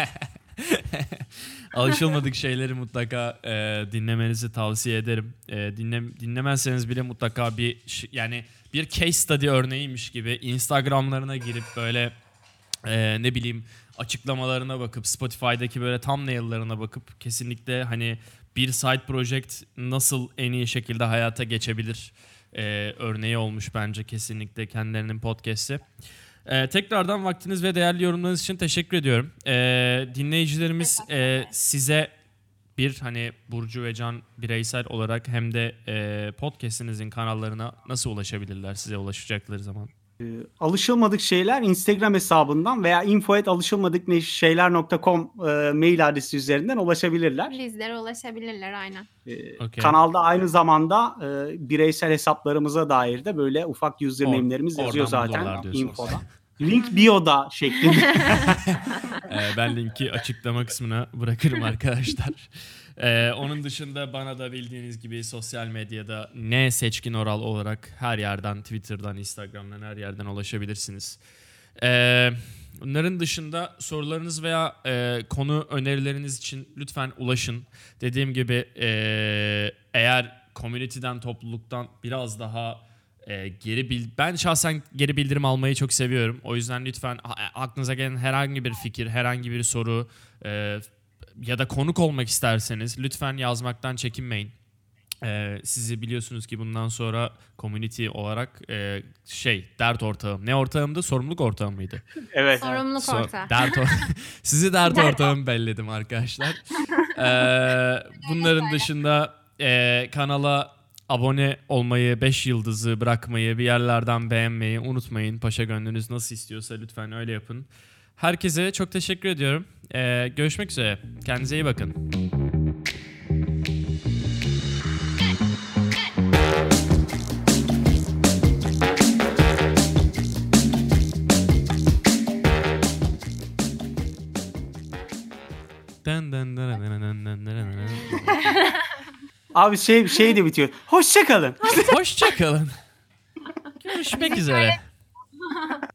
Alışılmadık şeyleri mutlaka dinlemenizi tavsiye ederim. Dinlemezseniz bile mutlaka yani bir case study örneğiymiş gibi Instagram'larına girip böyle ne bileyim açıklamalarına bakıp, Spotify'daki böyle thumbnail'larına bakıp kesinlikle hani bir side project nasıl en iyi şekilde hayata geçebilir örneği olmuş bence kesinlikle kendilerinin podcast'i. Tekrardan vaktiniz ve değerli yorumlarınız için teşekkür ediyorum. Dinleyicilerimiz size hani Burcu ve Can bireysel olarak hem de podcast'inizin kanallarına nasıl ulaşabilirler size ulaşacakları zaman? Alışılmadık şeyler Instagram hesabından veya info@alışılmadıkşeyler.com mail adresi üzerinden ulaşabilirler. Bizlere ulaşabilirler aynen. Okay. Kanalda aynı zamanda bireysel hesaplarımıza dair de böyle ufak username'lerimiz yazıyor zaten infoda. Link bio'da şeklinde. Ben linki açıklama kısmına bırakırım arkadaşlar. Onun dışında bana da bildiğiniz gibi sosyal medyada Seçkin Oral olarak her yerden, Twitter'dan, Instagram'dan her yerden ulaşabilirsiniz. Bunların dışında sorularınız veya konu önerileriniz için lütfen ulaşın. Dediğim gibi eğer community'den, topluluktan biraz daha ben şahsen geri bildirim almayı çok seviyorum. O yüzden lütfen aklınıza gelen herhangi bir fikir, herhangi bir soru ya da konuk olmak isterseniz lütfen yazmaktan çekinmeyin. Sizi biliyorsunuz ki bundan sonra community olarak dert ortağım. Ne ortağımdı? Sorumluluk ortağım mıydı? Evet. Sorumluluk ortağı. Sizi dert ortağım belledim arkadaşlar. Bunların dışında kanala abone olmayı, 5 yıldızı bırakmayı, bir yerlerden beğenmeyi unutmayın. Paşa gönlünüz nasıl istiyorsa lütfen öyle yapın. Herkese çok teşekkür ediyorum. Görüşmek üzere. Kendinize iyi bakın. Abi şey de bitiyor. Hoşça kalın. Hoşça kalın. Görüşmek üzere.